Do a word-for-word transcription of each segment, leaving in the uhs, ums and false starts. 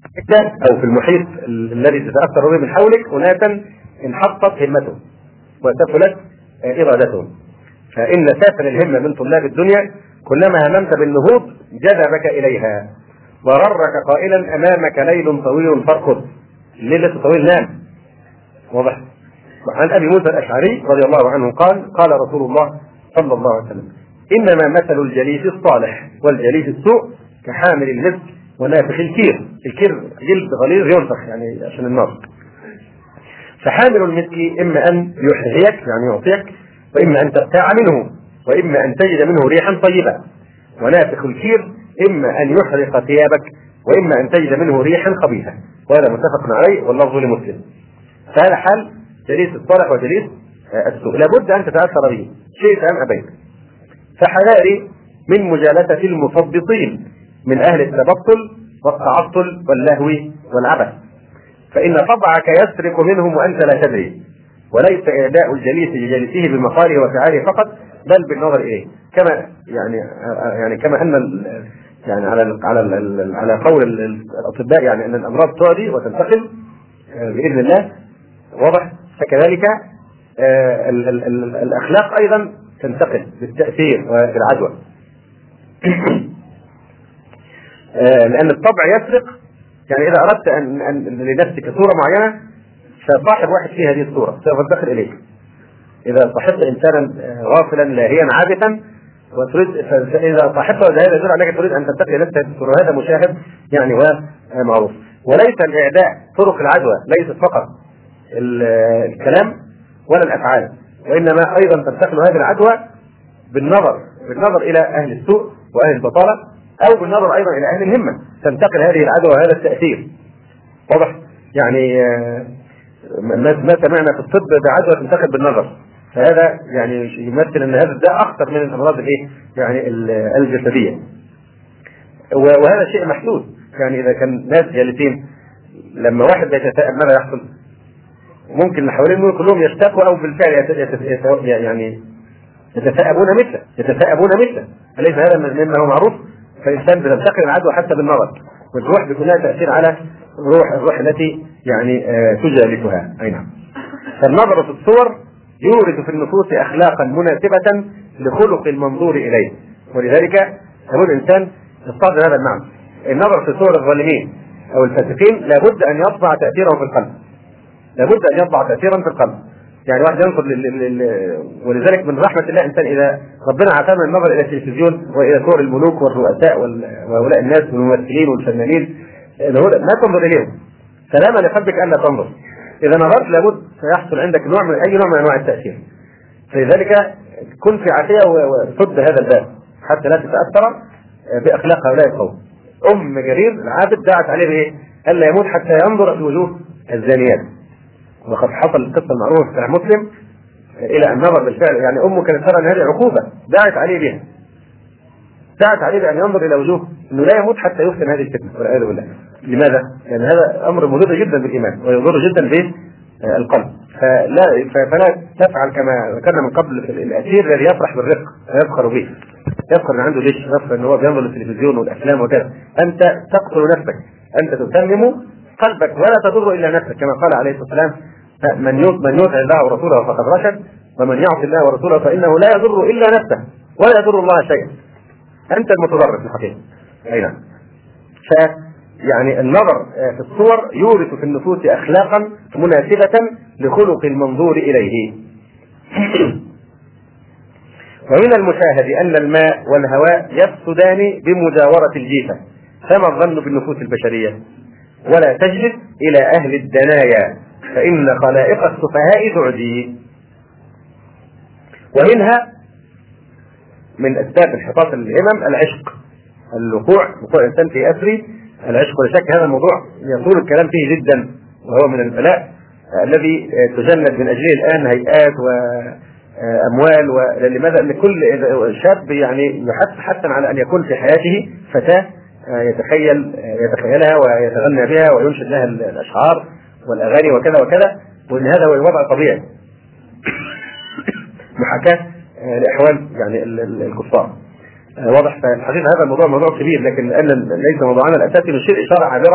أو في المحيط الذي تتأثر به من حولك أناسا انحطت همتهم وسفلت إرادتهم. فإن سافل الهمة من طلاب الدنيا كلما هممت بالنهوض جذبك إليها وغرك قائلا أمامك ليل طويل فارقد. الليل طويل نام. واضح؟ عن أبي موسى الأشعري رضي الله عنه قال قال رسول الله صلى الله عليه وسلم إنما مثل الجليس الصالح والجليس السوء كحامل المسك ونافخ الكير. الكير جلد غليظ ينفخ يعني عشان النار. فحامل المسك إما أن يحييك يعني يعطيك، وإما أن تبتاع منه، وإما أن تجد منه ريحا طيبة. ونافخ الكير إما أن يحرق ثيابك، وإما أن تجد منه ريحا خبيثة. وهذا متفق عليه واللفظ لمسلم. فهذا حال جليس الصالح وجليس السوء، لابد أن تتأثر به شيء أم أبيت. فحذاري من مجالسة المثبطين من أهل التبطل والتعطل واللهو والعبث، فإن طبعك يسرق منهم وأنت لا تدري. وليس إعداء الجليس لجالسه بمقاله وفعاله فقط، بل بالنظر إليه. كما يعني يعني كما أن يعني على على على قول الأطباء يعني أن الأمراض تعدي وتنتقل بإذن الله، واضح؟ فكذلك ال ال ال الأخلاق أيضا تنتقل بالتأثير وبالعدوى. لأن الطبع يسرق. يعني إذا أردت أن, أن لنفسك صورة معينة فصاحب واحد في هذه الصورة سوف تنتقل إليك. إذا صاحبت إنسانا غافلا لاهيا عابثا وتريد، فإذا صاحبته هذا يدل عليك تريد أن تنتقل إلى هذه الصورة. هذا مشاهد يعني ومعروف. وليس الإعداء طرق العدوى ليست فقط الكلام ولا الأفعال، وإنما أيضا تنتقل هذه العدوى بالنظر بالنظر إلى أهل السوء وأهل البطالة، أو بالنظر أيضا إلى أهل الهمة تنتقل هذه العدوى وهذا التأثير. واضح؟ يعني ما سمعنا في الطب بعدوى تنتقل بالنظر، فهذا يعني يمثل أن هذا ده أخطر من الأمراض الإيه؟ يعني الجسدية. وهذا شيء محدود. يعني إذا كان ناس جالسين لما واحد يتثاءب ماذا يحصل؟ ممكن اللي حوالين كلهم يشتكوا أو بالفعل يعني يتثاءبون مثله يتثاءبون مثله أليس هذا مما هو معروف؟ فالإنسان بتنتقل العدوى حتى بالنظر، والروح بيكون لها تأثير على الروح الروح التي يعني آه تجالسها. أي نعم. فالنظر في الصور يورث في النفوس أخلاقا مناسبة لخلق المنظور إليه، ولذلك يقول الإنسان يستحضر هذا المعنى. النظر في صور الظالمين أو الفاسقين لابد أن يطبع تأثيره في القلب، لابد أن يطبع تأثيرا في القلب. يعني واحد ينظر لل... ولذلك من رحمة الله الإنسان إذا ربنا عافانا النظر إلى التلفزيون وإلى صور الملوك والرؤساء وهؤلاء الناس والممثلين والفنانين ما تنظر إليهم، سلامة لقلبك ألا تنظر. إذا نظرت لابد سيحصل عندك نوع من أي نوع من أنواع التأثير. فلذلك كن في عافية وسد هذا الباب حتى لا تتأثر بأخلاق هؤلاء القوم. أم جرير العابد دعت عليه بإيه؟ ألا يموت حتى ينظر في وجوه الزانيات، وقد حصل القصة المعروفة في مسلم إلى أن نظر بالفعل. يعني أمه كانت ترى أن هذه عقوبة دعت عليه بها، دعت عليه بأن ينظر إلى وجوه أنه لا يموت حتى يفتن هذه الفتنة والعياذ بالله. لماذا؟ لأن يعني هذا أمر مضر جدا بالإيمان ويضر جدا بالقلب. فلا فلا تفعل كما ذكرنا من قبل في الأسير الذي يفرح بالرفق يفخر به، يفخر أن عنده ليش يفخر أن هو بينظر للتلفزيون والأفلام وكذا. أنت تقتل نفسك، أنت تسمم قلبك ولا تضر إلا نفسك، كما قال عليه الصلاة والسلام من من يطع الله ورسوله فقد رشد، ومن يعصي الله ورسوله فإنه لا يضر إلا نفسه ولا يضر الله شيئا. أنت المتضرر في الحقيقة. أي نعم. ف يعني النظر في الصور يورث في النفوس أخلاقا مناسبة لخلق المنظور إليه. ومن المشاهد أن الماء والهواء يفسدان بمجاورة الجيفة، فما الظن بالنفوس البشرية؟ ولا تجلس إلى أهل الدنايا فإن خلائق السفهاء تعدي. ومنها من أسباب انحطاط الهمم العشق، الوقوع وقوع الإنسان في أسر العشق. ولا شك هذا الموضوع يطول الكلام فيه جدا، وهو من البلاء الذي تجند من أجله الآن هيئات وأموال. ولماذا؟ لكل شاب يعني يحث حتى على أن يكون في حياته فتاة يتخيل يتخيلها ويتغنى بها وينشد لها الأشعار والأغاني وكذا وكذا، وأن هذا هو الوضع الطبيعي محاكاة لأحوال يعني الكفار. واضح. فالحقيقة هذا الموضوع موضوع كبير، لكن ليس موضوعنا الأساسي. نشير إشارة عابرة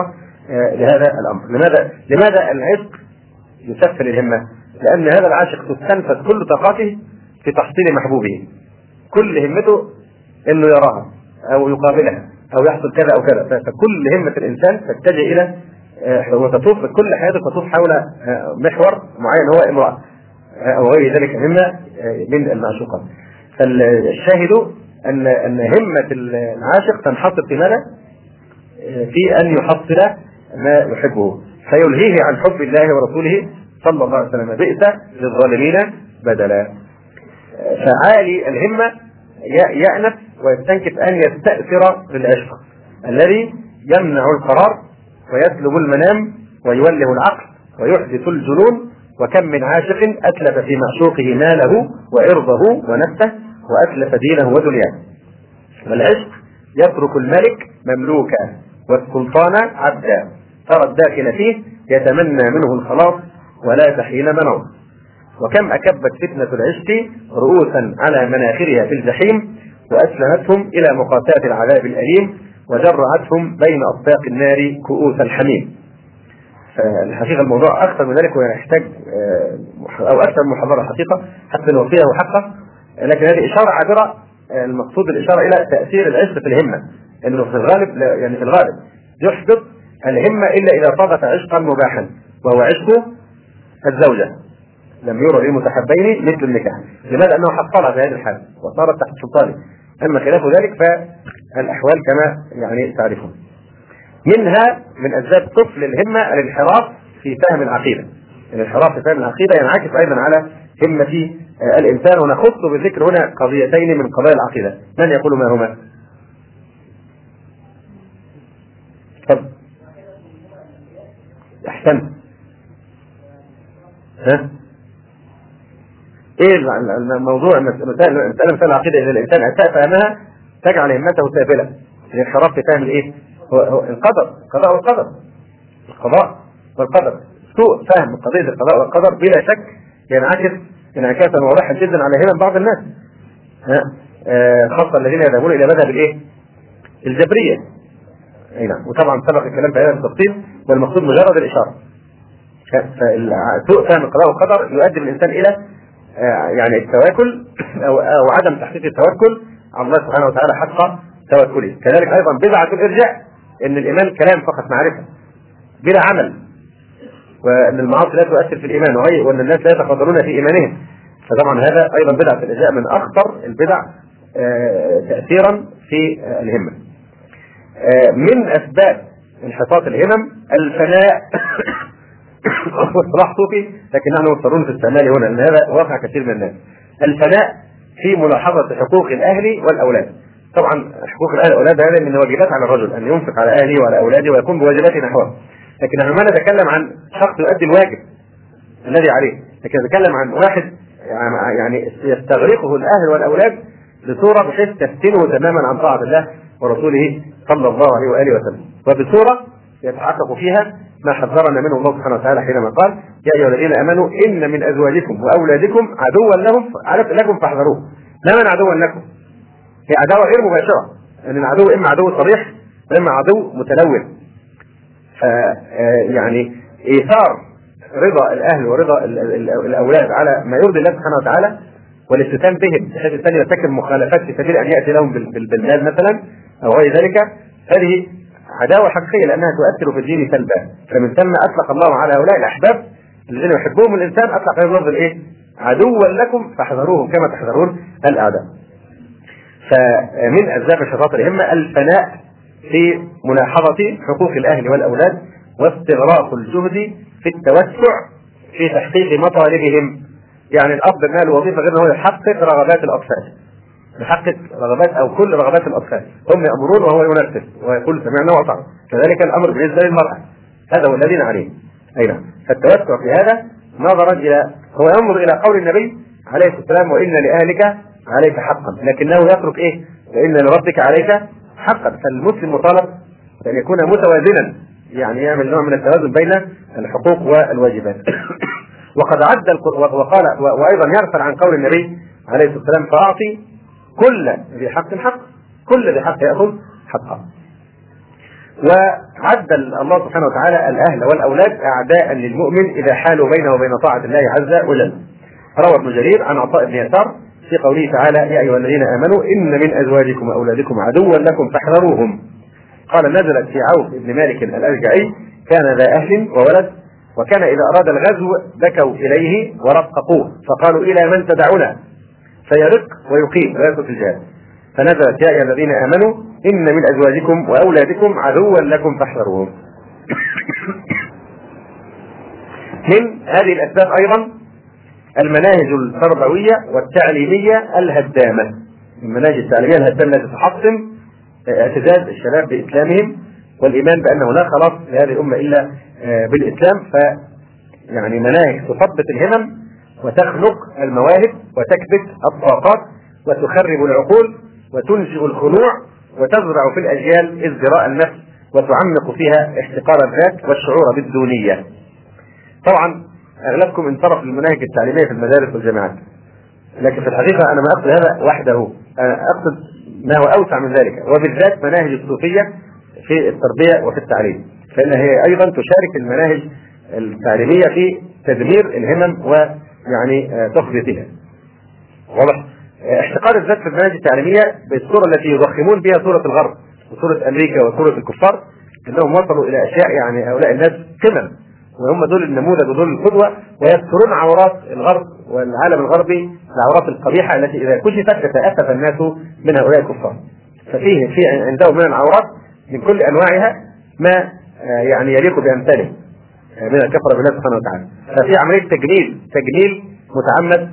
لهذا الأمر. لماذا لماذا العشق يسفل الهمة؟ لأن هذا العاشق تستنفذ كل طاقته في تحصيل محبوبه، كل همته إنه يراها أو يقابلها أو يحصل كذا أو كذا، فكل همة الإنسان تتجه إلى وتطوف كل حياته تطوف حول محور معين هو امرأة أو غير ذلك مما من المعشوقات. فالشاهد أن أن همة العاشق تنحصر في ماذا؟ في أن يحصل ما يحبه فيلهيه عن حب الله ورسوله صلى الله عليه وسلم، بئس للظالمين بدلا. فعالي الهمة يأنف ويستنكف أن يستأثر بالعشق الذي يمنع القرار ويسلب المنام ويوله العقل ويحدث الجنون. وكم من عاشق أتلف في معشوقه ماله وإرضه ونفسه وأتلف دينه ودنياه. والعشق يترك الملك مملوكا والسلطان عبدا، ترى الداخل فيه يتمنى منه الخلاص ولا تحين منعه. وكم أكبت فتنة العشق رؤوسا على مناخرها في الجحيم وأسلمتهم إلى مقاساة العذاب الأليم وجرعتهم بين أطباق النار كؤوس الحميم. الحقيقة الموضوع أكثر من ذلك ويحتاج أو أكثر من محاضرة حقيقة حتى نوفيه حقه، لكن هذه إشارة عابرة. المقصود الإشارة إلى تأثير العشق في الهمة، إنه في الغالب يعني في الغالب يحدث الهمة إلا إذا صادف عشقا مباحا وهو عشق الزوجة، لم يرى للمتحبين مثل النكاح. لماذا؟ أنه حصلها في هذه الحال وصارت تحت سلطانه. أما خلاف ذلك فالأحوال كما يعني تعرفون. منها من أسباب طفل الهمة الانحراف في فهم العقيدة. الانحراف في فهم العقيدة ينعكس أيضا على همة الإنسان، ونخص بالذكر هنا قضيتين من قضايا العقيدة. من يقول ما هما؟ طب أحسنت. ها؟ إيه الموضوع؟ مسألة مسألة العقيدة إذا الإنسان أساء فهمها تجعل همته سافلة. الانحراف في فهم الإيه؟ هو القدر، القضاء والقدر، القضاء والقدر. سوء فهم قضية القضاء والقدر بلا شك ينعكس انعكاسا واضحا جدا على همم بعض الناس، خاصة الذين يذهبون إلى مذهب الإيه؟ الجبرية. أي نعم. وطبعا سبق الكلام في هذا التفصيل، والمقصود مجرد الإشارة. فسوء فهم القضاء والقدر يؤدي الإنسان إلى يعني التواكل أو, أو عدم تحقيق التوكل على الله سبحانه وتعالى حق توكله. كذلك أيضا بدعة الإرجاء، إن الإيمان كلام فقط معرفة بلا عمل، وأن المعاصي لا تؤثر في الإيمان، وأن الناس لا يتفضلون في إيمانهم. فطبعا هذا أيضا بدعة الإرجاء من أخطر البدع تأثيرا في الهمة. من أسباب انحطاط الهمم الفناء واصطلاح صوفي لكن نحن مضطرون في استعماله هنا لأن هذا واقع كثير من الناس. الفناء في ملاحظة حقوق الأهل والأولاد. طبعا حقوق الأهل والأولاد هذا من واجبات على الرجل أن ينفق على أهله وعلى أولاده ويكون بواجباته نحوه، لكن نحن ما نتكلم عن شخص يؤدي الواجب الذي عليه، لكن نتكلم عن واحد يعني يستغرقه الأهل والأولاد بصورة بحيث تفتنه تماما عن طاعة الله ورسوله صلى الله عليه وآله وسلم، وبصورة يتحقق فيها ما حذرنا منه الله سبحانه وتعالى حينما قال: يا أيها الذين آمنوا إن من أزواجكم وأولادكم عدوا لهم لكم فاحذروه. لا من عدوا لكم، هي عداوة غير مباشرة، لأن العدو إما عدو صريح وإما عدو متلون. يعني إيثار رضا الأهل ورضا الأولاد على ما يرضي الله سبحانه وتعالى والاستتام بهم بحيث الإنسان يرتكب مخالفات في سبيل أن يأتي لهم بالمال مثلا أو غير ذلك، هذه عداوة حقيقية لأنها تؤثر في الدين سلبا. فمن ثم أطلق الله على هؤلاء الأحباب الذين يحبهم الإنسان أطلق عليهم لفظ الإيه؟ عدوا لكم فاحذروهم كما تحذرون الأعداء. فمن أسباب انحطاط الهمة الفناء في ملاحظة حقوق الأهل والأولاد واستغراق الجهد في التوسع في تحقيق مطالبهم. يعني الأب ما له وظيفة غير أنه يحقق رغبات الأطفال، يحقق رغبات أو كل رغبات الأطفال، هم يأمرون وهو ينفذ ويقول سمعنا وأطعنا. كذلك الأمر بالنسبة للمرأة، هذا هو الذي عليه. أي نعم. فالتوسع في هذا نظرا إلى هو ينظر إلى قول النبي عليه الصلاة والسلام: وإن لأهلك عليك حقا، لكنه يترك إيه؟ وإن لربك عليك حقا. فالمسلم مطالب أن يكون متوازنا، يعني يعمل نوع من التوازن بين الحقوق والواجبات. وقد عد وقال وأيضا يغفل عن قول النبي عليه الصلاة والسلام: فأعطي كل ذي حق حق، كل ذي حق يأخذ حقه. وعدل الله سبحانه وتعالى الأهل والأولاد أعداء للمؤمن إذا حالوا بينه وبين طاعة الله عز وجل. روى ابن جرير عن عطاء بن يسار في قوله تعالى: يا أيها الذين آمنوا إن من أزواجكم وأولادكم عدوا لكم فاحذروهم. قال: نزلت في عوف بن مالك الأشجعي، كان ذا أهل وولد، وكان إذا أراد الغزو بكوا إليه ورققوه فقالوا: إلى من تدعونا؟ فيرق ويقيم ويترك الجهاد. فنزلت: يا أيها الذين آمنوا إن من أزواجكم وأولادكم عدوا لكم فاحذروهم. من هذه الأسباب أيضا المناهج التربوية والتعليمية الهدامة. المناهج التعليمية الهدامة التي تحطم اعتزاز الشباب بإسلامهم والإيمان بأنه لا خلاص لهذه الأمة إلا بالإسلام. ف يعني مناهج تثبط الهمم وتخنق المواهب وتكبت الطاقات وتخرب العقول وتنشئ الخنوع وتزرع في الأجيال ازدراء النفس وتعمق فيها احتقار الذات والشعور بالدونية. طبعا أغلبكم انصرف للمناهج التعليمية في المدارس والجامعات، لكن في الحقيقة أنا ما أقصد هذا وحده، أنا أقصد ما هو أوسع من ذلك، وبالذات مناهج الصوفية في التربية وفي التعليم، فإنها هي أيضا تشارك المناهج التعليمية في تدمير الهمم ويعني تخبطها. واضح؟ احتقار الذات في المناهج التعليمية بالصورة التي يضخمون بها صورة الغرب وصورة أمريكا وصورة الكفار، إنهم وصلوا إلى أشياء يعني هؤلاء الناس قمم، وهم دول النموذج ودول القدوة، ويذكرون عورات الغرب والعالم الغربي، العورات القبيحة التي إذا كشفت تتأسف الناس من هؤلاء الكفار. ففيه في عندهم من العورات من كل أنواعها ما يعني يليق بأمثاله من الكفر بالله سبحانه وتعالى. ففي عملية تجميل تجميل متعمد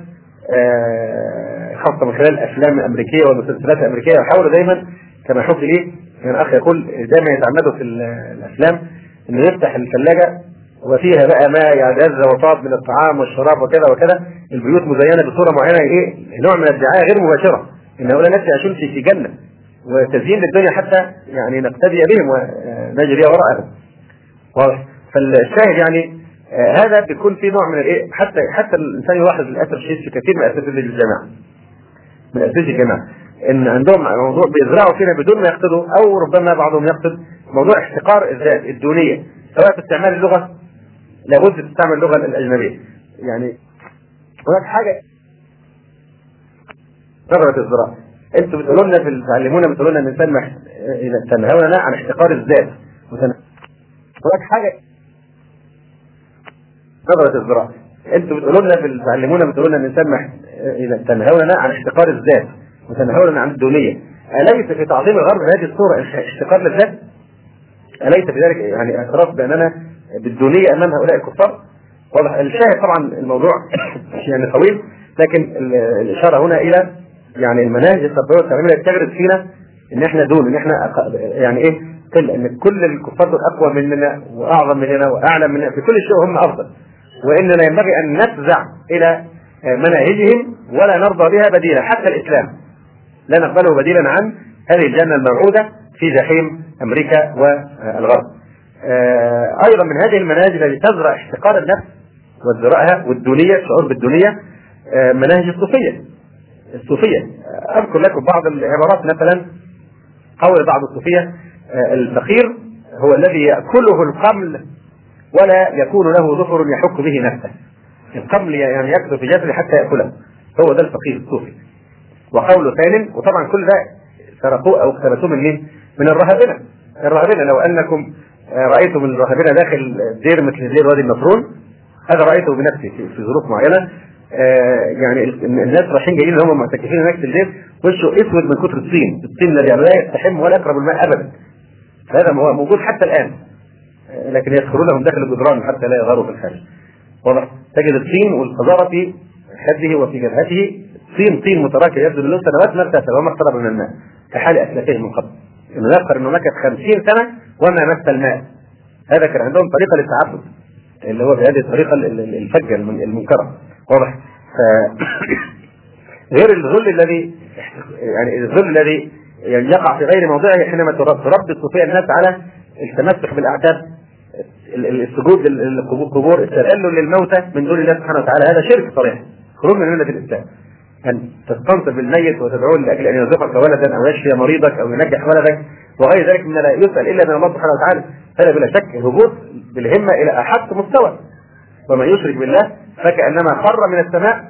خاصة من خلال الأفلام الأمريكية والمسلسلات الأمريكية، وحاولوا دايما كما حكي لي يعني أخي يقول دائما يتعمدوا في الأفلام إنه يفتح الثلاجة وفيها بقى ما يعتز وطاب من الطعام والشراب وكذا وكذا، البيوت مزينة بصورة معينة، ايه نوع من الدعاية غير مباشرة ان هؤلاء الناس يعيشون في جنة وتزيين للدنيا حتى يعني نقتدي بهم ونجري وراءهم. واضح؟ فالشاهد يعني آه هذا بيكون في نوع من الايه، حتى حتى الانسان يلاحظ للاسف الشديد في كثير من اساتذه الجامعه من اساتذه الجامعه ان عندهم موضوع بيزرعوا فينا بدون ما يقصدوا، او ربما بعضهم يقصد موضوع احتقار الذات الدونيه، سواء في استعمال اللغه لابد تستعمل اللغه الاجنبيه. يعني هناك حاجه نظره الزراعه، انتوا بتقولوا لنا في تعلمونا بتقولوا لنا الانسان مح... اذا تنهونا عن احتقار الذات وتن... هناك حاجه نظره الزراعه، انتوا بتقولوا لنا في تعلمونا بتقولوا لنا الانسان مح... اذا تنهونا عن احتقار الذات وتنهونا عن الدونيه، اليس في تعظيم الغرب بهذه الصوره احتقار للذات؟ اليس في ذلك يعني اعتراف باننا بالدونيه امام هؤلاء الكفار؟ واضح؟ الشاهد طبعا الموضوع يعني طويل، لكن الاشاره هنا الى يعني المناهج التربويه والتعليميه اللي بتغرس فينا ان احنا دون ان احنا يعني ايه كل ان كل الكفار دول اقوى مننا واعظم مننا واعلم مننا في كل شيء، هم افضل، واننا ينبغي ان نفزع الى مناهجهم ولا نرضى بها بديلا، حتى الاسلام لا نقبله بديلا عن هذه الجنه الموعوده في جحيم امريكا والغرب. ايضا من هذه المناهج التي تزرع احتقار النفس وازدراءها والدونيه، الشعور بالدونيه، مناهج الصوفيه. الصوفيه اذكر لكم بعض العبارات، مثلا قول بعض الصوفيه: الفقير هو الذي ياكله القمل ولا يكون له ظفر يحك به نفسه. القمل يعني يكثر في جسده حتى ياكله، هو ده الفقير الصوفي. وقول ثاني، وطبعا كل ده سرقوه او اقتبسوه من مين؟ من الرهبنه. الرهبنه لو انكم رايتم الرهبنه داخل دير مثل دير وادي النطرون، هذا رايته بنفسي في ظروف معينه. آه يعني الناس رايحين جايين اللي هم معتكفين هناك في الدير وشه اسود من كثر الطين، الطين الذي لا يستحم ولا يقرب الماء ابدا. هذا موجود حتى الان، آه لكن يدخلونهم داخل الجدران حتى لا يظهروا في الخارج. واضح؟ تجد الطين والقذاره في خده وفي جبهته، طين طين متراكم يبدو له سنوات ما ارتفع وما اقترب من الماء، كحال اسلافهم من قبل. انه يذكر انه مكث خمسين سنه وما مس الماء. هذا كان عندهم طريقه للتعبد اللي هو بهذه الطريقه الفجه المنكره. واضح؟ غير الذل الذي يعني الذل الذي يعني يقع في غير موضعه حينما تربي الصوفيه الناس على التمسك بالاعتاب، السجود للقبور، التذلل للموتى من دون الله سبحانه وتعالى. هذا شرك صريح، خروج من مله الاسلام. ان تستنصر بالميت وتدعوه لاجل ان يرزقك ولدا او يشفي مريضك او ينجح ولدك وغير ذلك من لا يسأل إلا من الله سبحانه وتعالى. هذا بلا شك هبوط بالهمة إلى أحد مستوى. ومن يشرك بالله فكأنما خر من السماء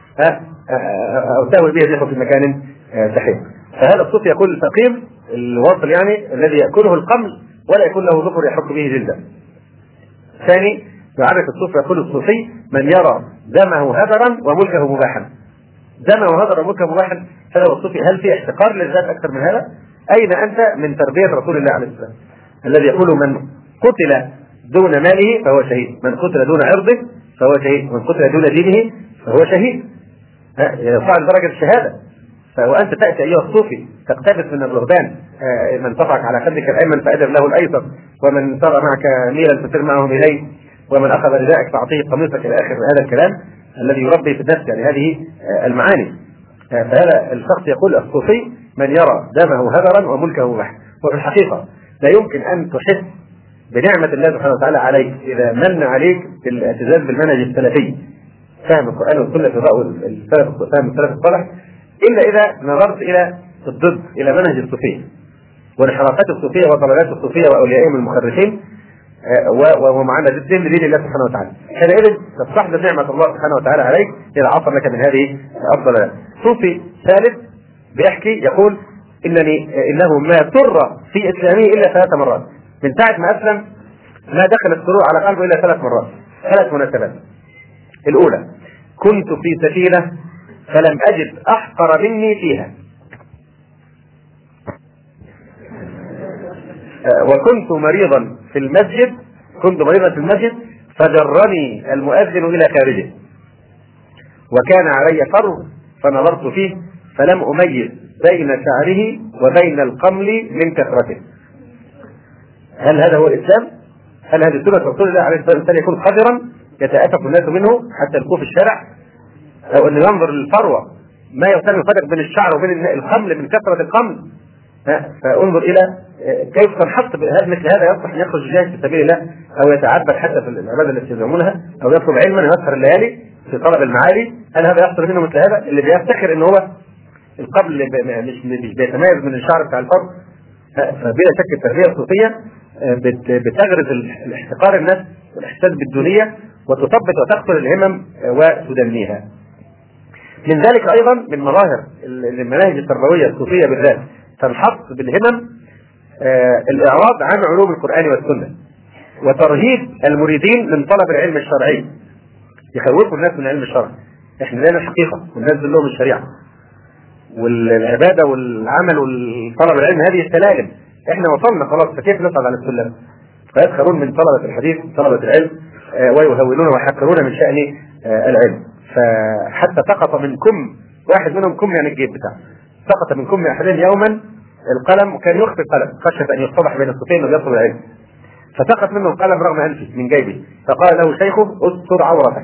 أو تهوي به الريح في مكان سحيق. فهذا الصوت يقول الفقير الواصل يعني الذي يأكله القمل ولا يكون له ظفر يحك به جلدا. ثاني يعرف الصوف يقول الصوفي من يرى دمه هدرا وملكه مباحا. دمه هدرا وملكه مباحا، هذا هو الصوفي. هل في احتقار للذات أكثر من هذا؟ أين أنت من تربية رسول الله عليه السلام الذي يقول من قتل دون ماله فهو شهيد، من قتل دون عرضه فهو شهيد، من قتل دون دينه فهو شهيد. يرفع درجة الشهادة. وأنت تأتي أيها الصوفي تقتبس من الرهبان من طفعك على خدك الأيمن فأدر له الأيسر، ومن سار معك ميلا فسر معهم إليه، ومن أخذ رداءك فأعطيه قميصك إلى آخر هذا الكلام الذي يربي في النفس يعني هذه المعاني. فهذا الشخص يقول الصوفي من يرى دمه هدرا وملكه مباحا. وفي الحقيقة لا يمكن أن تحس بنعمة الله سبحانه وتعالى عليك إذا من عليك بالاعتزاز بالمنهج السلفي، فهم القرآن والسنة في ضوء السلف فهم السلف الصالح، إلا إذا نظرت إلى الضد، إلى منهج الصوفية وانحرافات الصوفية وضلالات الصوفية وأوليائهم المخرفين ومعنا ضدهم لدين الله سبحانه وتعالى. حينئذ تستحضر نعمة الله سبحانه وتعالى عليك إذا عصر لك من هذه الضلالات. صوفي ثالث بيحكي يقول إنني إنه ما سر في إسلامه إلا ثلاث مرات. من ساعة ما أسلم ما دخل السرور على قلبه إلا ثلاث مرات، ثلاث مناسبات. الأولى كنت في سفينة فلم أجد أحقر مني فيها، وكنت مريضا في المسجد كنت مريضا في المسجد فجرني المؤذن إلى خارجه، وكان علي فرو فنظرت فيه فلم أميز بين شعره وبين القمل من كثرته. هل هذا هو الإسلام؟ هل هذه سنة رسول الله عليه الصلاة والسلام يكون قذرا يتأسف الناس منه حتى يلقوه في الشارع؟ أو أن ينظر للفروة ما يسمى الفرق بين الشعر وبين القمل من كثرة القمل؟ فانظر إلى كيف تنحط مثل هذا يصلح أن يخرج جاهز في سبيل الله أو يتعبد حتى في العبادة التي يزعمونها أو يطلب علما ويسهر الليالي في طلب المعالي. هل هذا يحصل منه مثل هذا اللي بيفتخر ان هو القبل مش مش بيتميز من الشعر بتاع الفرد؟ فبلا شك التربيه الصوفيه بتغرز الاحتقار الناس والاحساس بالدونيه وتثبت وتقتل الهمم وتدنيها. من ذلك ايضا من مظاهر المناهج التربويه الصوفيه بالذات تنحط بالهمم الاعراض عن علوم القران والسنه وترهيب المريدين من طلب العلم الشرعي. يخوفوا الناس من علم الشرع. احنا لنا الحقيقه وننزل لهم الشريعه والعباده والعمل والطلب العلم هذه السلالم. احنا وصلنا خلاص، فكيف نصعد على السلم؟ فيسخرون من طلبه الحديث طلبه العلم ويهونون ويحقرون من شان العلم. فحتى سقط من كم واحد منهم، كم يعني الجيب بتاعه، سقط من كم احدهم يوما القلم، وكان يخفي القلم خشيه ان يصطبح بين الصوتين ويطلب العلم، فسقط منه القلم رغم انفه من جيبه، فقال له شيخه استر عورتك.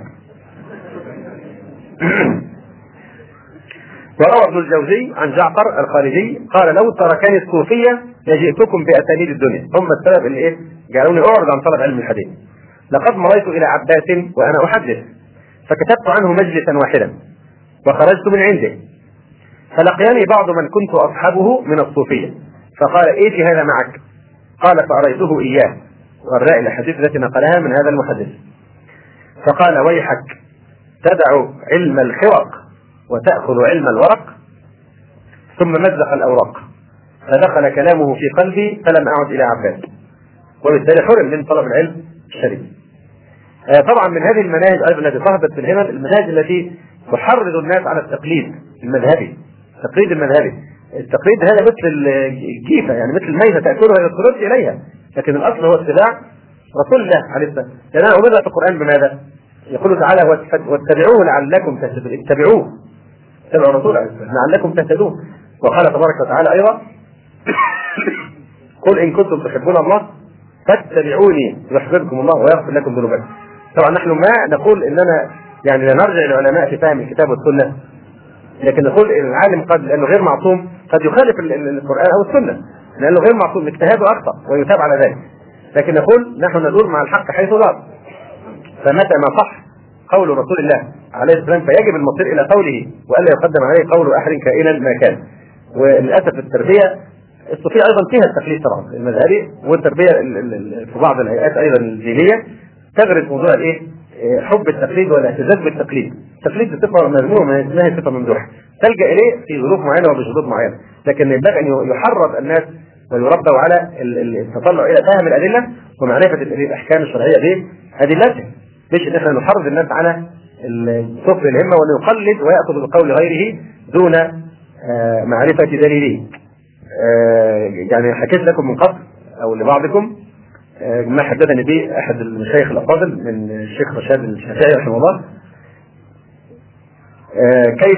وروى ابن الجوزي عن جعفر الخالدي قال لو تركني الصوفيه لجئتكم باسانيد الدنيا، هم السبب اللي ايه جعلوني اعرض عن طلب علم الحديث. لقد مريت الى عباس وانا احدث فكتبت عنه مجلسا واحدا وخرجت من عنده، فلقيني بعض من كنت اصحبه من الصوفيه فقال ايش هذا معك؟ قال فاريته اياه وراء الاحاديث التي نقلها من هذا المحدث، فقال ويحك تدع علم الخرق وتأخذ علم الورق. ثم مزق الأوراق فدخل كلامه في قلبي فلم أعد إلى عباس، وبالتالي حرم من طلب العلم الشريف. آه طبعا من هذه المناهج أيضا التي صاحبت في الهمم المناهج التي تحرض الناس على التقليد المذهبي. التقليد المذهبي التقليد هذا مثل الجيفة، يعني مثل الميزة تأكلها يضطرد إليها، لكن الأصل هو اتباع رسول الله عليه السلام. لأن أنا أمرنا في القرآن بماذا؟ يقول تعالى واتبعوه لعلكم تهتدون، اتبعوه اتبعوا الرسول عليه السلام لعلكم تهتدون. وقال تبارك وتعالى أيضا قل إن كنتم تحبون الله فاتبعوني يحببكم الله ويغفر لكم ذنوبكم. طبعا نحن ما نقول إننا يعني لا نرجع للعلماء في فهم الكتاب والسنة، لكن نقول العالم قد لأنه غير معصوم قد يخالف القرآن أو السنة، لأنه غير معصوم اجتهاده أخطأ ويتاب على ذلك، لكن نقول نحن ندور مع الحق حيث دار. فمتى ما صح قول رسول الله عليه السلام فيجب المصير إلى قوله وألا يقدم عليه قول أحد كائنا ما كان. وللأسف التربية الصوفيه ايضا فيها التقليد طبعا المذهبي والتربيه في بعض الهيئات ايضا الدينيه تغرس موضوع الايه؟ حب التقليد والاعتزاز بالتقليد. التقليد صفه مذمومه ما هي صفه ممدوحه تلجا اليه في ظروف معينه وبشروط معينه، لكن ينبغي ان يحرض الناس ويربوا على التطلع الى فهم الادله ومعرفه الاحكام الشرعيه بادلتها، مش ان احنا نحرض الناس على سفل الهمه وان يقلد وياخذ بقول غيره دون معرفه دليله. يعني حكيت لكم من قبل او لبعضكم ما حدثني به احد المشايخ الافاضل من الشيخ رشاد الشافعي رحمه الله، كيف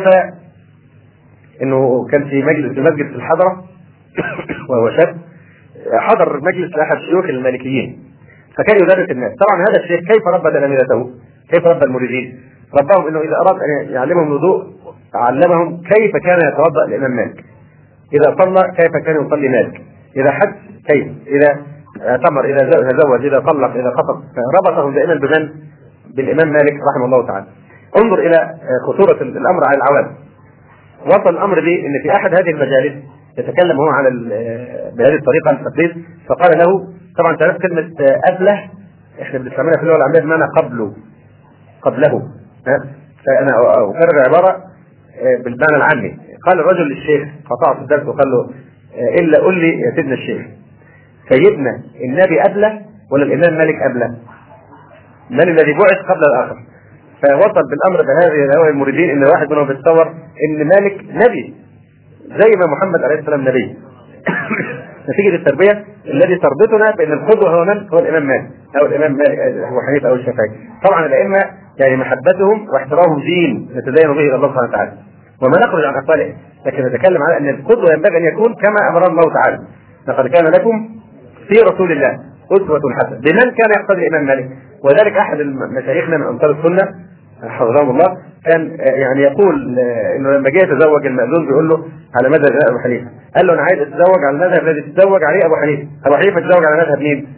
انه كان في مجلس في مسجد في الحضره وهو شاب حضر مجلس لاحد شيوخ المالكيين فكان يدرس الناس. طبعا هذا الشيخ كيف ربى تلاميذته؟ كيف ربى المريدين؟ رباهم انه اذا اراد ان يعلمهم الوضوء علمهم كيف كان يتوضا الامام مالك، اذا صلى كيف كان يصلي مالك، اذا حج كيف، اذا اعتمر، اذا تزوج، اذا طلق، اذا خطب، ربطهم دائما بمن؟ بالامام مالك رحمه الله تعالى. انظر الى خطوره الامر على العوام. وصل الامر به ان في احد هذه المجالس يتكلم هو على بهذه الطريقه التقليد، فقال له طبعا تعرف كلمه ابله احنا بنستعملها في اللغه العاميه بمعنى قبله قبله، فانا اكرر عباره بالمعنى العامي. قال الرجل للشيخ قطعت الدرس وقال له الا قل لي يا سيدنا الشيخ سيدنا النبي ابله ولا الامام مالك ابله؟ من الذي بعث قبل الاخر؟ فوصل بالامر بهذه الهوى المريدين ان واحد منهم بيتصور ان مالك نبي زي ما محمد عليه السلام نبي. نتيجه التربيه الذي تربطنا بان القدوه هو من؟ هو الامام مالك او الامام مالك ابو حنيفه او الشافعي. طبعا الائمه يعني محبتهم واحترامهم دين نتدين به الى الله سبحانه وتعالى وما نخرج عن اقوالهم، لكن نتكلم على ان القدوه ينبغي ان يكون كما امر الله تعالى لقد كان لكم في رسول الله اسوه حسنه بمن كان يقتدي الامام مالك. وذلك احد مشايخنا من انصار السنه حفظهم الله كان يعني يقول انه لما جه يتزوج المأذون بيقول له على مذهب ابو حنيفه، قال له انا عايز اتزوج على المذهب الذي تتزوج عليه ابو حنيفه. ابو حنيفه تتزوج على مذهب مين؟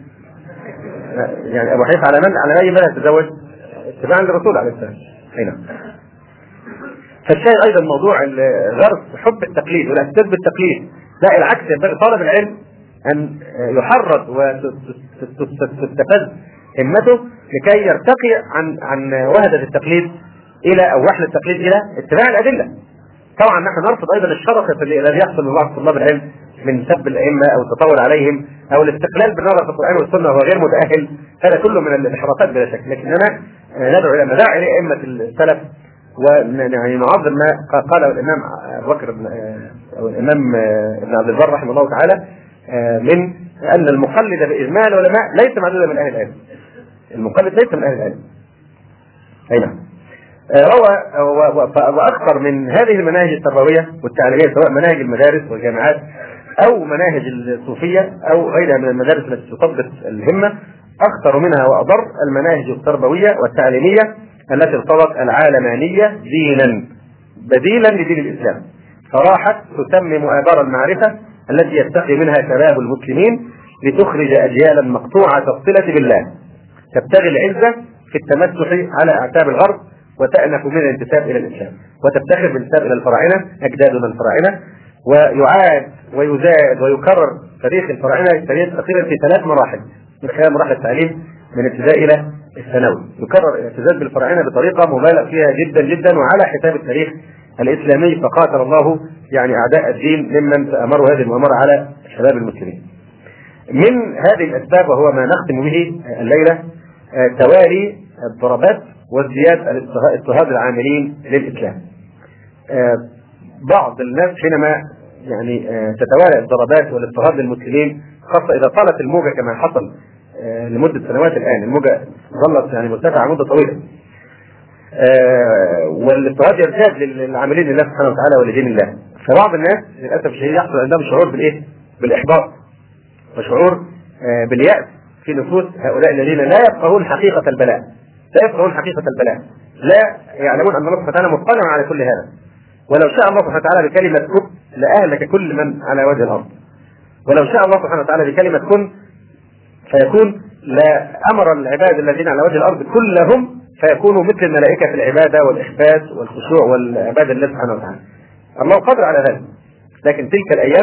يعني ابو حنيفه على من؟ على اي مذهب تتزوج؟ اتباعا للرسول عليه السلام. هنا فالشاهد ايضا موضوع غرس حب التقليد والاعتزاز بالتقليد، لا العكس ينبغي طالب العلم ان يحرض وتستفز همته لكي يرتقي عن عن وهدة التقليد الى او وحل التقليد الى اتباع الادله. طبعا نحن نرفض ايضا الشرخ الذي يحصل من بعض طلاب العلم من سب الائمه او التطاول عليهم او الاستقلال بالنظر في القران والسنه وهو غير متاهل، هذا كله من الانحرافات بلا شك. لكننا ندعو الى مداعي لائمه السلف ويعني نعظم ما قاله الامام ابو بكر او الامام ابن عبد البر رحمه الله تعالى من ان المقلد باجماع العلماء ليس معدودا من اهل العلم. المقلد ليس من اهل العلم. اي نعم. روى واكثر من هذه المناهج التربويه والتعليميه سواء مناهج المدارس والجامعات او مناهج الصوفيه او غيرها من المدارس التي تطبق الهمه، اخطر منها واضر المناهج التربويه والتعليميه التي ارتضت العالمانيه دينا بديلا لدين الاسلام، فراحت تتمم آبار المعرفه التي يستقي منها شباب المسلمين لتخرج اجيالا مقطوعه الصله بالله تبتغي العزه في التمسح على اعتاب الغرب وتأنف من الانتساب الى الاسلام وتفتخر بالانتساب الى الفراعنه اجدادنا الفراعنه. ويعاد ويزاد ويكرر تاريخ الفراعنه تقريبا في ثلاث مراحل من خلال مراحل التعليم من الابتدائي الى الثانوي، يكرر الاعتزاز بالفراعنه بطريقه مبالغ فيها جدا جدا وعلى حساب التاريخ الاسلامي، فقاتل الله يعني اعداء الدين ممن تامروا هذه المؤامره على شباب المسلمين. من هذه الاسباب وهو ما نختم به الليله توالي الضربات وازدياد اضطهاد العاملين للاسلام. بعض الناس حينما يعني تتوالى الضربات والاضطهاد للمسلمين خاصه اذا طالت الموجه كما حصل لمده سنوات، الان الموجه ظلت يعني مرتفعه مده طويله والاضطهاد يزداد للعاملين لله سبحانه وتعالى ولدين الله، فبعض الناس للاسف الشديد يحصل عندهم شعور بالايه؟ بالاحباط وشعور باليأس في نفوس هؤلاء الذين لا يفقهون حقيقه البلاء، لا يفقهون حقيقه البلاء، لا يعلمون ان الله سبحانه وتعالى مطلع على كل هذا، ولو شاء الله سبحانه وتعالى بكلمه كن لاهلك كل من على وجه الارض، ولو شاء الله سبحانه وتعالى بكلمه كن فيكون لامر العباد الذين على وجه الارض كلهم فيكونوا مثل الملائكه في العباده والاخبات والخشوع والعباده لله سبحانه وتعالى. الله قادر على ذلك، لكن تلك الايام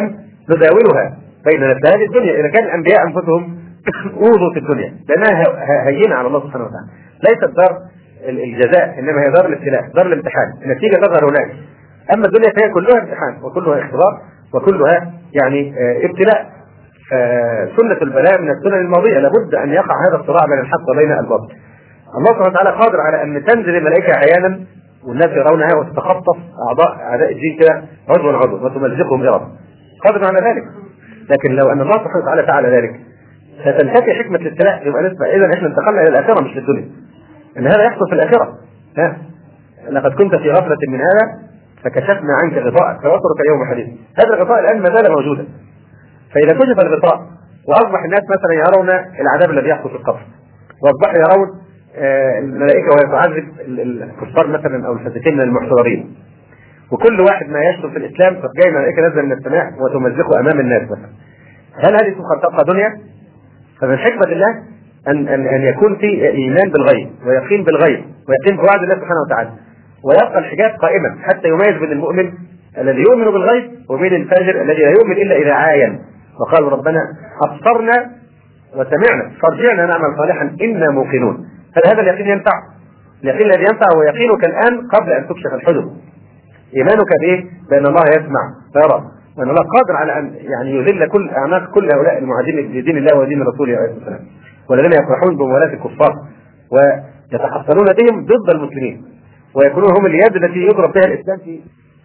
نداولها بيننا في هذه الدنيا. إذا كان الأنبياء أنفسهم أوذوا في الدنيا لأنها هينة على الله سبحانه وتعالى، ليست دار الجزاء إنما هي دار الابتلاء، دار الامتحان، النتيجة تظهر هناك. أما الدنيا فهي كلها امتحان وكلها اختبار وكلها يعني ابتلاء. سنة البلاء من السنن الماضية، لابد أن يقع هذا الصراع بين الحق وبين الباطل. الله سبحانه وتعالى قادر على أن تنزل الملائكة عيانا والناس يرونها وتتخطف أعضاء أعداء الدين كده عضوا عضوا وتمزقهم إرادة، قادر على ذلك. لكن لو أن الله سبحانه وتعالى فعل ذلك ستنتفي حكمة الابتلاء، يبقى نسبة إذا إحنا انتقلنا إلى الآخرة مش للدنيا، إن هذا يحصل في الآخرة. ها لقد كنت في غفلة من هذا فكشفنا عنك غطاءك فبصرك اليوم حديث. هذا الغطاء الآن ما زال موجودا، فإذا كشف الغطاء وأصبح الناس مثلا يرون العذاب الذي يحصل في القبر، وأصبحوا يرون الملائكة وهي تعذب الكفار مثلا أو الفاسقين من المحتضرين، وكل واحد ما يشتم في الإسلام فجاي ملائكة نازلة من السماء وتمزقه أمام الناس مثلا، هل هذه تبقى دنيا؟ فمن حكمة الله أن أن أن يكون في إيمان بالغيب ويقين بالغيب ويقين بوعد الله سبحانه وتعالى، ويبقى الحجاب قائما حتى يميز بين المؤمن الذي يؤمن بالغيب وبين الفاجر الذي لا يؤمن إلا إذا عاين وقال ربنا أبصرنا وسمعنا فارجعنا نعمل صالحا إنا موقنون. هل هذا اليقين ينفع؟ اليقين الذي ينفع هو يقينك الآن قبل أن تكشف الحجب، إيمانك بإيه؟ بأن الله يسمع ويرى وأن الله قادر على أن يعني يذل كل أعناق كل هؤلاء المعادين لدين الله ودين رسوله عليه الصلاة والسلام، والذين يفرحون بموالاة الكفار ويتحصنون بهم ضد المسلمين ويكونون هم اليد التي يضرب بها الإسلام في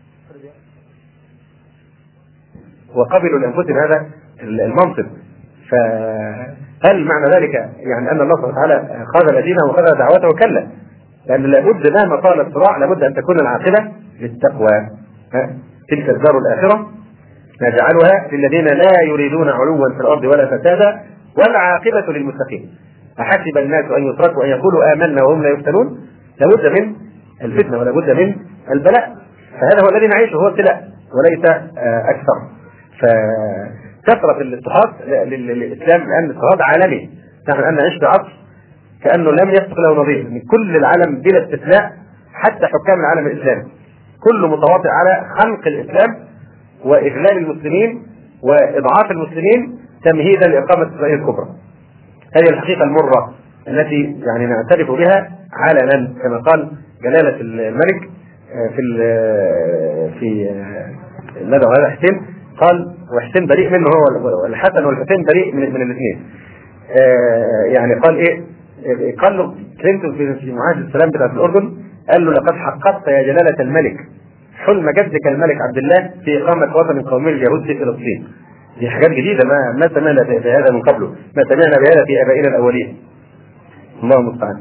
وقبلوا لأنفسهم هذا المنصب. فهل معنى ذلك يعني أن الله سبحانه وتعالى خذل دينه وخذل دعوته؟ كلا، لأن لابد مهما طال الصراع لابد أن تكون العاقبة للتقوى. تلك الدار الآخرة نجعلها للذين لا يريدون علوا في الأرض ولا فسادا والعاقبة للمتقين. أحسب الناس أن يتركوا أن يقولوا آمنا وهم لا يفتنون؟ لابد من الفتنة ولابد من البلاء، فهذا هو الذي نعيشه، هو ابتلاء وليس أكثر. فكثرة الاضطهاد للإسلام لأن الاضطهاد عالمي، نحن الآن نعيش في عصر كأنه لم يسبق له نظير من كل العالم بلا استثناء، حتى حكام العالم الإسلامي كله متواطئ على خنق الإسلام وإغلال المسلمين وإضعاف المسلمين تمهيدا لإقامة إسرائيل الكبرى. هذه الحقيقة المرة التي يعني نعترف بها علنا كما قال جلالة الملك في في ندى هذا حسين، قال وحسين بريء منه هو والحسن والحسين بريء من, من الاثنين. يعني قال ايه؟ قال له كلينتون في معاهدة السلام بتاعت الأردن، قال له لقد حققت يا جلالة الملك حلم جدك الملك عبد الله في إقامة وطن قومي اليهود في فلسطين. دي حاجات جديدة ما ما سمعنا بهذا من قبله، ما سمعنا بهذا في آبائنا الأولين. الله المستعان.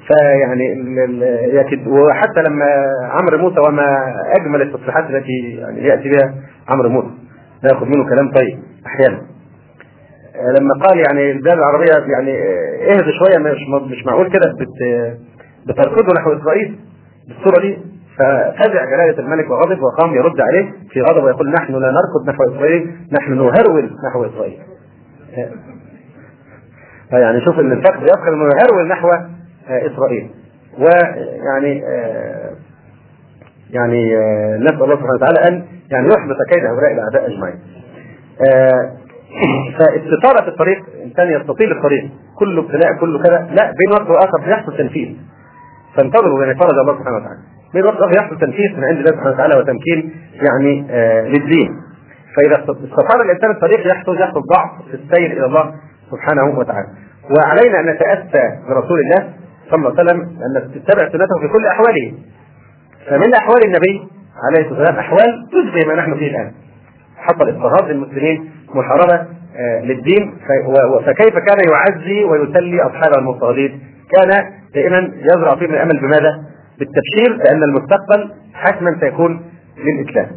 فيعني وحتى لما عمرو موسى وما أجمل التصريحات التي يعني يأتي بها عمرو موسى ناخذ منه كلام طيب أحيانا، لما قال يعني البلاد العربية يعني اهدوا شوية مش مش معقول كده بتركضوا نحو إسرائيل بالصورة دي، ففزع جلالة الملك وغضب وقام يرد عليه في غضب ويقول نحن لا نركض نحو إسرائيل، نحن نهرول نحو إسرائيل. يعني شوف ان الفقد يفقد انه يهرول نحو إسرائيل. ويعني يعني نسأل الله سبحانه وتعالى أن يعني يحبط كيد هؤلاء الأعداء أجمعين. فاستطالة الطريق إنسان يستطيل الطريق كله ابتلاء كله كذا، لا بين وقت وآخر يحصل تنفيذ، فانتظروا يعني فرج الله سبحانه وتعالى. بين وقت وآخر يحصل تنفيذ من عند الله سبحانه وتعالى وتمكين يعني آه للدين. فإذا استطال الإنسان الطريق يحصل يحصل ضعف في السير إلى الله سبحانه وتعالى. وعلينا أن نتأسى برسول الله صلى الله عليه وسلم أن نتبع سنته في كل أحواله. فمن أحوال النبي عليه الصلاة والسلام أحوال تشبه ما نحن فيه الآن، حصل اضطهاد للمسلمين، محاربة آه للدين، فكيف كان يعزي ويسلي أصحابه المضطهدين؟ كان دائما يزرع فيهم الأمل بماذا؟ بالتبشير بأن المستقبل حتما سيكون للإسلام.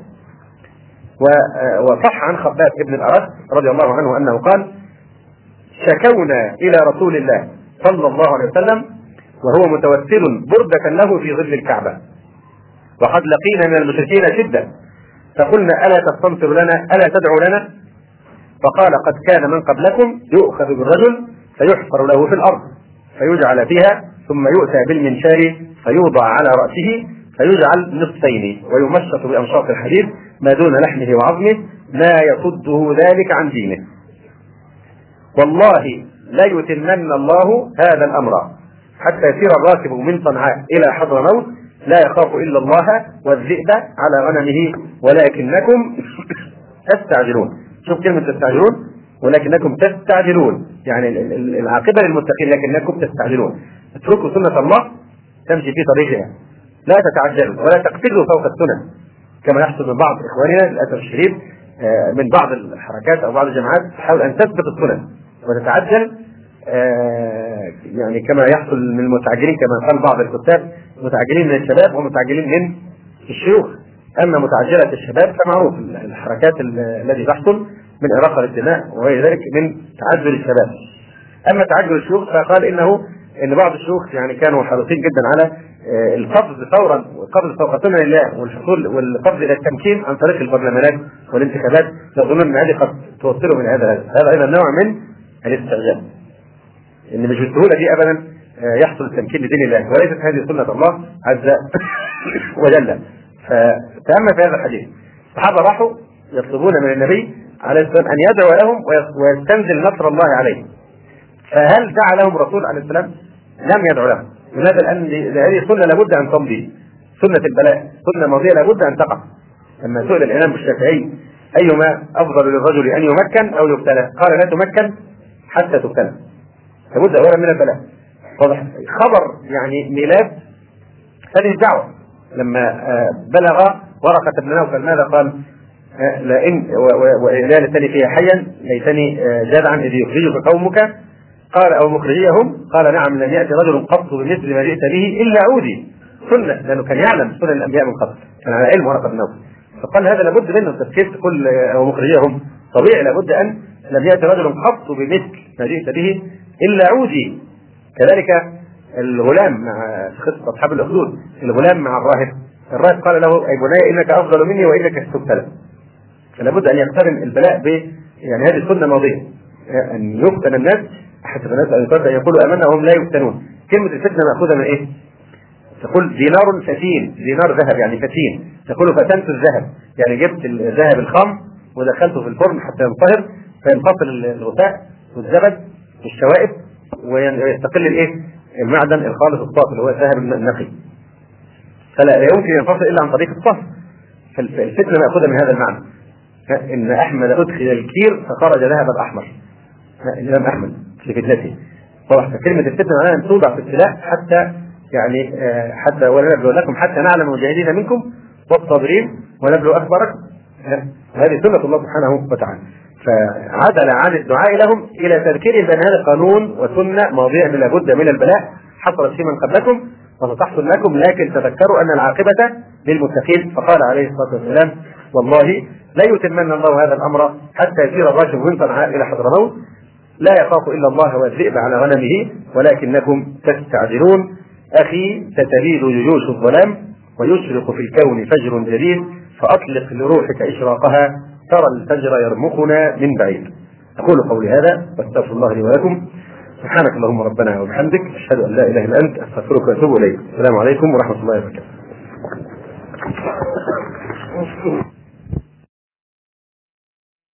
وصح عن خباب ابن الأرد رضي الله عنه أنه قال شكونا إلى رسول الله صلى الله عليه وسلم وهو متوسل بردة له في ظل الكعبة وقد لقينا من المشركين شدة، فقلنا ألا تستنصر لنا ألا تدعو لنا؟ فقال قد كان من قبلكم يؤخذ بالرجل فيحفر له في الأرض فيجعل فيها ثم يؤتى بالمنشار فيوضع على رأسه فيجعل نصفين ويمشط بأمشاط الحديد ما دون لحمه وعظمه ما يصده ذلك عن دينه. والله لا يتمن الله هذا الأمر حتى يسير الراكب من صنعاء إلى حضرموت لا يخاف إلا الله والذئب على غنمه ولكنكم تستعجلون. شوف كلمة تستعجلون، ولكنكم تستعجلون يعني العاقبة للمتقين، لكنكم تستعجلون. اتركوا سنة الله تمشي في طريقها، لا تتعجلوا ولا تقفزوا فوق السنن كما يحصل من بعض إخواننا للأسف الشديد من بعض الحركات أو بعض الجماعات تحاول أن تثبت السنن وتتعجل، يعني كما يحصل من المتعجلين كما قال بعض الكتاب، متعجلين من الشباب ومتعجلين من الشيوخ. أما متعجلة الشباب فمعروف الحركات التي تحصل من إراقة الدماء وغير ذلك من تعجل الشباب. أما تعجل الشيوخ فقال إنه إن بعض الشيوخ يعني كانوا حريصين جدا على القفز فورا والقفز فوق سنن الله والحصول والقفز إلى التمكين عن طريق البرلمانات والانتخابات، يظنون أن هذه قد توصلهم من هذا هذا أيضا نوع من الاستعجال، إن مش بالسهولة دي أبدا يحصل التمكين لدين الله، وليست هذه سنة الله عز وجل. فتأمل في هذا الحديث، الصحابة راحوا يطلبون من النبي عليه السلام أن يدعو لهم ويستنزل نصر الله عليه، فهل دعا لهم الرسول عليه السلام؟ لم يدعو لهم. لماذا؟ لأن هذه سنة لابد أن تمضي، سنة البلاء، سنة ماضية لابد أن تقع. لما سئل الإمام الشافعي أيما أفضل للرجل أن يمكن أو يبتلى؟ قال لا تمكن حتى تبتلى، لابد أولا من البلاء. واضح؟ خبر يعني ميلاد هذه الدعوة لما بلغ ورقة بن نوفل ماذا قال؟ لئن ولا ليتني فيها حيا ليتني جدعا إذ يخرجك قومك قال أو مخرجيهم قال نعم لم يأتي رجل قط بمثل ما جئت به إلا عودي. سنة، لأنه كان يعلم سنن الأنبياء من قبل، كان على علم ورقة بن نوفل، فقال هذا لابد منه تفكير كل أو مخرجيهم طبيعي، لابد أن لم يأتي رجل قط بمثل ما جئت به إلا عودي. كذلك الغلام مع قصة أصحاب الأخدود، الغلام مع الراهب، الراهب قال له أي بني إنك أفضل مني وإنك ستبتلى، فلابد أن يقترن البلاء ب يعني هذه السنة ماضية، أن يفتن الناس حسب الناس أن يقولوا آمنا وهم لا يفتنون. كلمة الفتنة مأخوذة من إيه؟ تقول دينار فتين، دينار ذهب يعني فتين، تقول فتنت الذهب يعني جبت الذهب الخام ودخلته في الفرن حتى ينطهر فينفصل الغثاء والزبد والشوائب ويستقل الايه؟ المعدن الخالص الصافي اللي هو الذهب النقي، فلا يمكن ينفصل الا عن طريق الصف. فالفتنه ماخوذه من هذا المعنى، ان احمد ادخل الكير فخرج ذهب الاحمر، الامام احمد في فتنته. طبعا كلمه الفتنه معناها ان توضع في السلاح حتى يعني حتى ونبلو لكم حتى نعلم المجاهدين منكم والصابرين ونبلو اخباركم. هذه سنه الله سبحانه وتعالى. فعدل عن الدعاء لهم الى تذكير بان هذا قانون وسنه ماضيه لابد من البلاء حصلت في من قبلكم وستحصل لكم، لكن تذكروا ان العاقبه للمتقين. فقال عليه الصلاه والسلام والله لا يتمن الله هذا الامر حتى يسير الراكب من صنعاء الى حضرموت لا يخاف الا الله والذئب على غنمه ولكنكم تستعجلون. اخي تتبيد جيوش الظلام ويشرق في الكون فجر جديد فاطلق لروحك اشراقها ترى الفجر يرمقنا من بعيد. اقول قولي هذا واستغفر الله لي ولكم. سبحانك اللهم ربنا وبحمدك اشهد ان لا اله الا انت استغفرك واتوب اليك. السلام عليكم ورحمه الله وبركاته.